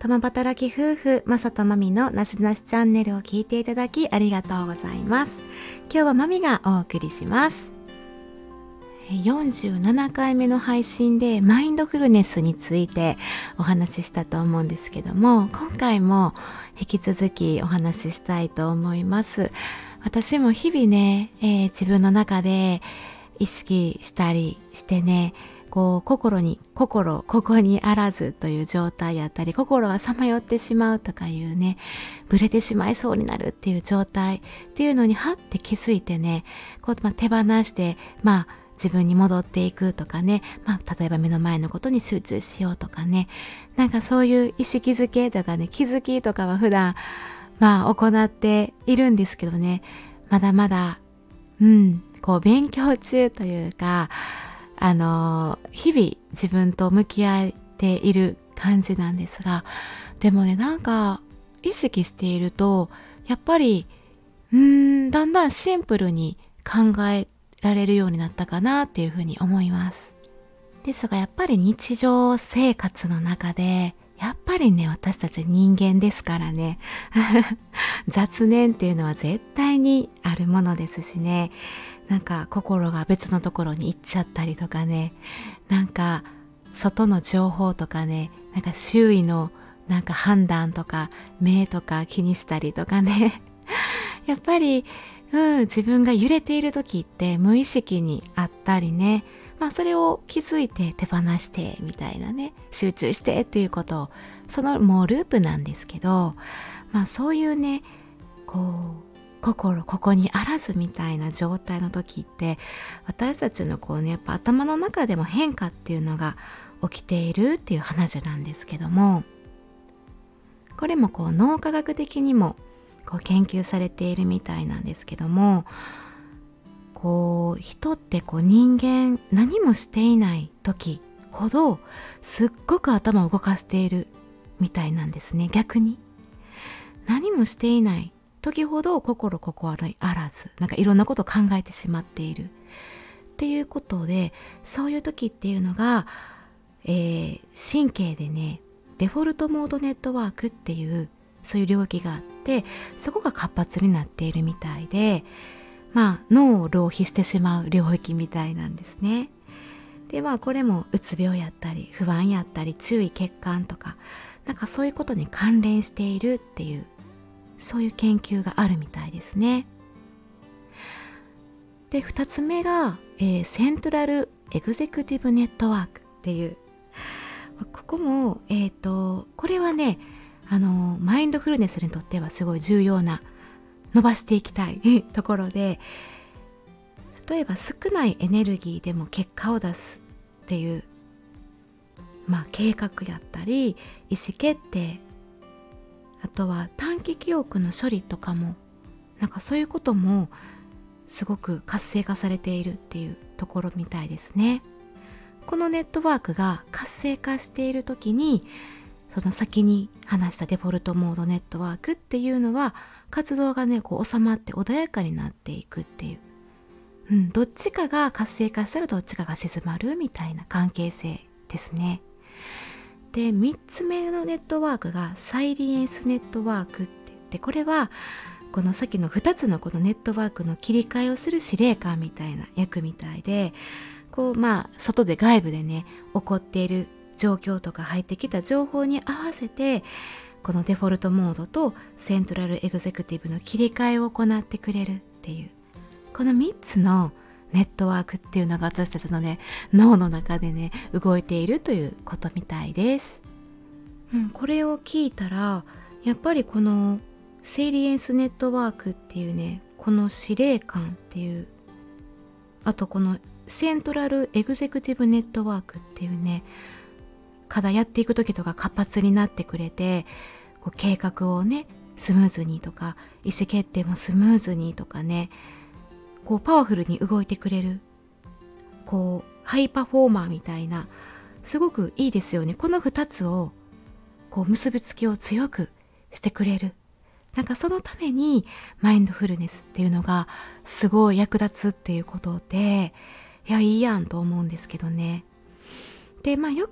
共働き夫婦マサとマミのなしなしチャンネルを聞いていただきありがとうございます。今日はマミがお送りします。47回目の配信でマインドフルネスについてお話ししたと思うんですけども、今回も引き続きお話ししたいと思います。私も日々ね、自分の中で意識したりしてね、ここにあらずという状態やったり、心がさまよってしまうとかいうね、ブレてしまいそうになるっていう状態っていうのにはって気づいてね、手放して自分に戻っていくとかね、例えば目の前のことに集中しようとかね、そういう意識づけとかね、気づきとかは普段行っているんですけどね、まだまだ勉強中というか、日々自分と向き合っている感じなんですが、でもね、意識しているとやっぱりだんだんシンプルに考えられるようになったかなっていうふうに思います。ですがやっぱり日常生活の中でやっぱりね、私たち人間ですからね雑念っていうのは絶対にあるものですしね、心が別のところに行っちゃったりとかね、外の情報とかね、周囲の判断とか目とか気にしたりとかねやっぱり、自分が揺れている時って無意識にあったりね、それを気づいて手放してみたいなね、集中してっていうことを、そのもうループなんですけど、そういうね、心ここにあらずみたいな状態の時って、私たちのやっぱ頭の中でも変化っていうのが起きているっていう話なんですけども、これも脳科学的にも研究されているみたいなんですけども、人って人間何もしていない時ほどすっごく頭を動かしているみたいなんですね。逆に何もしていない時ほど心ここあらず、いろんなことを考えてしまっているっていうことで、そういう時っていうのが、神経でね、デフォルトモードネットワークっていうそういう領域があって、そこが活発になっているみたいで、脳を浪費してしまう領域みたいなんですね。でこれもうつ病やったり不安やったり注意欠陥とかそういうことに関連しているっていう、そういう研究があるみたいですね。で2つ目が、セントラルエグゼクティブネットワークっていう、ここも、これはね、マインドフルネスにとってはすごい重要な、伸ばしていきたいところで、例えば少ないエネルギーでも結果を出すっていう、計画やったり意思決定、あとは短期記憶の処理とかもそういうこともすごく活性化されているっていうところみたいですね。このネットワークが活性化している時に、その先に話したデフォルトモードネットワークっていうのは活動がね収まって穏やかになっていくっていう、どっちかが活性化したらどっちかが静まるみたいな関係性ですね。で3つ目のネットワークがサイリエンスネットワークって言って、これはこの先の2つのこのネットワークの切り替えをする司令官みたいな役みたいで、外で外部でね起こっている状況とか入ってきた情報に合わせて、このデフォルトモードとセントラルエグゼクティブの切り替えを行ってくれるっていう、この3つのネットワークっていうのが私たちのね脳の中でね動いているということみたいです。これを聞いたら、やっぱりこのセイリエンスネットワークっていうね、この司令官っていう、あとこのセントラルエグゼクティブネットワークっていうね、課題やっていく時とか活発になってくれて、計画をねスムーズにとか、意思決定もスムーズにとかね、パワフルに動いてくれる、ハイパフォーマーみたいな、すごくいいですよね。この2つを結びつきを強くしてくれる、そのためにマインドフルネスっていうのがすごい役立つっていうことで、いいやんと思うんですけどね。でよく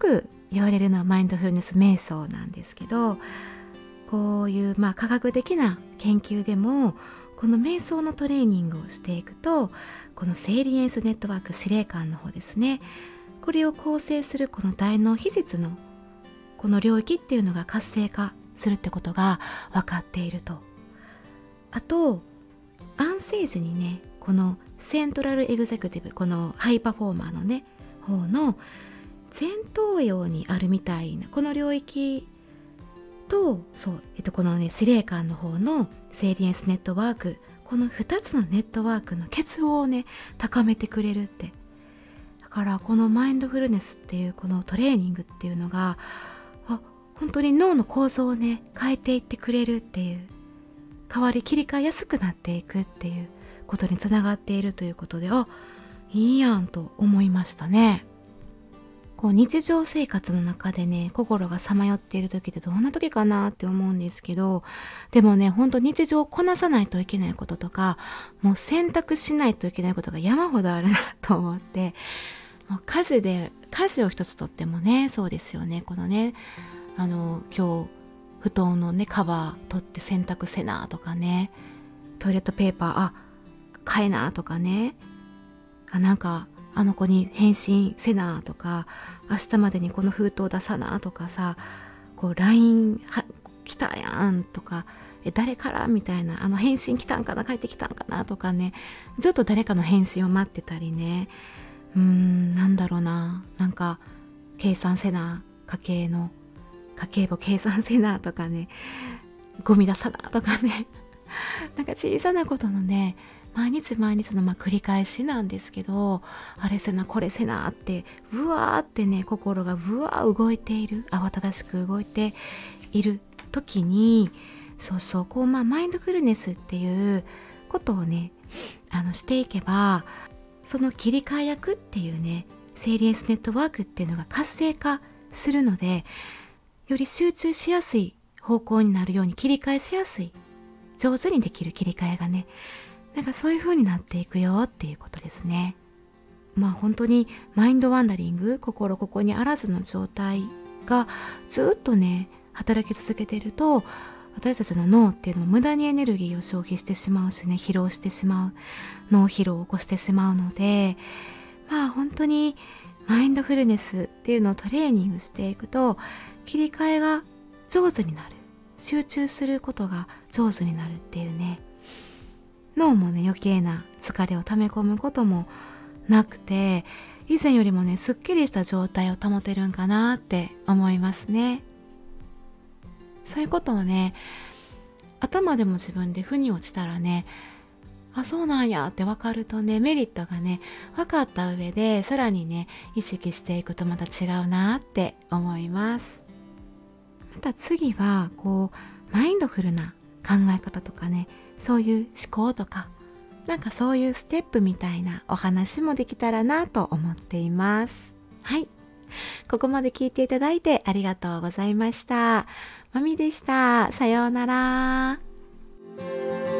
言われるのはマインドフルネス瞑想なんですけど、こういう科学的な研究でもこの瞑想のトレーニングをしていくと、このセイリエンスネットワーク司令官の方ですね、これを構成するこの大脳皮質のこの領域っていうのが活性化するってことが分かっていると。あと安静時にね、このセントラルエグゼクティブ、このハイパフォーマーのね方の前頭葉にあるみたいなこの領域と、このね司令官の方のセイリエンスネットワーク、この2つのネットワークの結合をね高めてくれるって。だからこのマインドフルネスっていうこのトレーニングっていうのが本当に脳の構造をね変えていってくれるっていう、切り替えやすくなっていくっていうことにつながっているということで、いいやんと思いましたね。こう日常生活の中でね、心がさまよっている時ってどんな時かなって思うんですけど、でもね、本当日常をこなさないといけないこととか、もう選択しないといけないことが山ほどあるなと思って、もう家事を一つとってもね、そうですよね。このね、今日布団のねカバー取って洗濯せなとかね、トイレットペーパー買えなとかね、なんかあの子に返信せなとか、明日までにこの封筒出さなとかさ、こう LINE 来たやんとか、誰からみたいな、返信来たんかな、帰ってきたんかなとかね、ずっと誰かの返信を待ってたりね、なんだろうな、なんか計算せな、家計簿計算せなとかね、ゴミ出さなとかねなんか小さなことのね、毎日の繰り返しなんですけど、あれせなこれせなってうわーってね、心がうわー動いている、慌ただしく動いている時に、こうマインドフルネスっていうことをねしていけば、その切り替え役っていうねセイリエンスネットワークっていうのが活性化するので、より集中しやすい方向になるように、切り替えしやすい、上手にできる切り替えがね、なんかそういう風になっていくよっていうことですね。本当にマインドワンダリング、心ここにあらずの状態がずっとね働き続けていると、私たちの脳っていうのも無駄にエネルギーを消費してしまうしね、疲労してしまう、脳疲労を起こしてしまうので、本当にマインドフルネスっていうのをトレーニングしていくと、切り替えが上手になる、集中することが上手になるっていうね、脳もね余計な疲れを溜め込むこともなくて、以前よりもねすっきりした状態を保てるんかなって思いますね。そういうことをね、頭でも自分で腑に落ちたらね、そうなんやって分かるとね、メリットがね分かった上で、さらにね意識していくとまた違うなって思います。また次はこうマインドフルな考え方とかね、そういう思考とか、なんかそういうステップみたいなお話もできたらなと思っています。はい、ここまで聞いていただいてありがとうございました。まみでした。さようなら。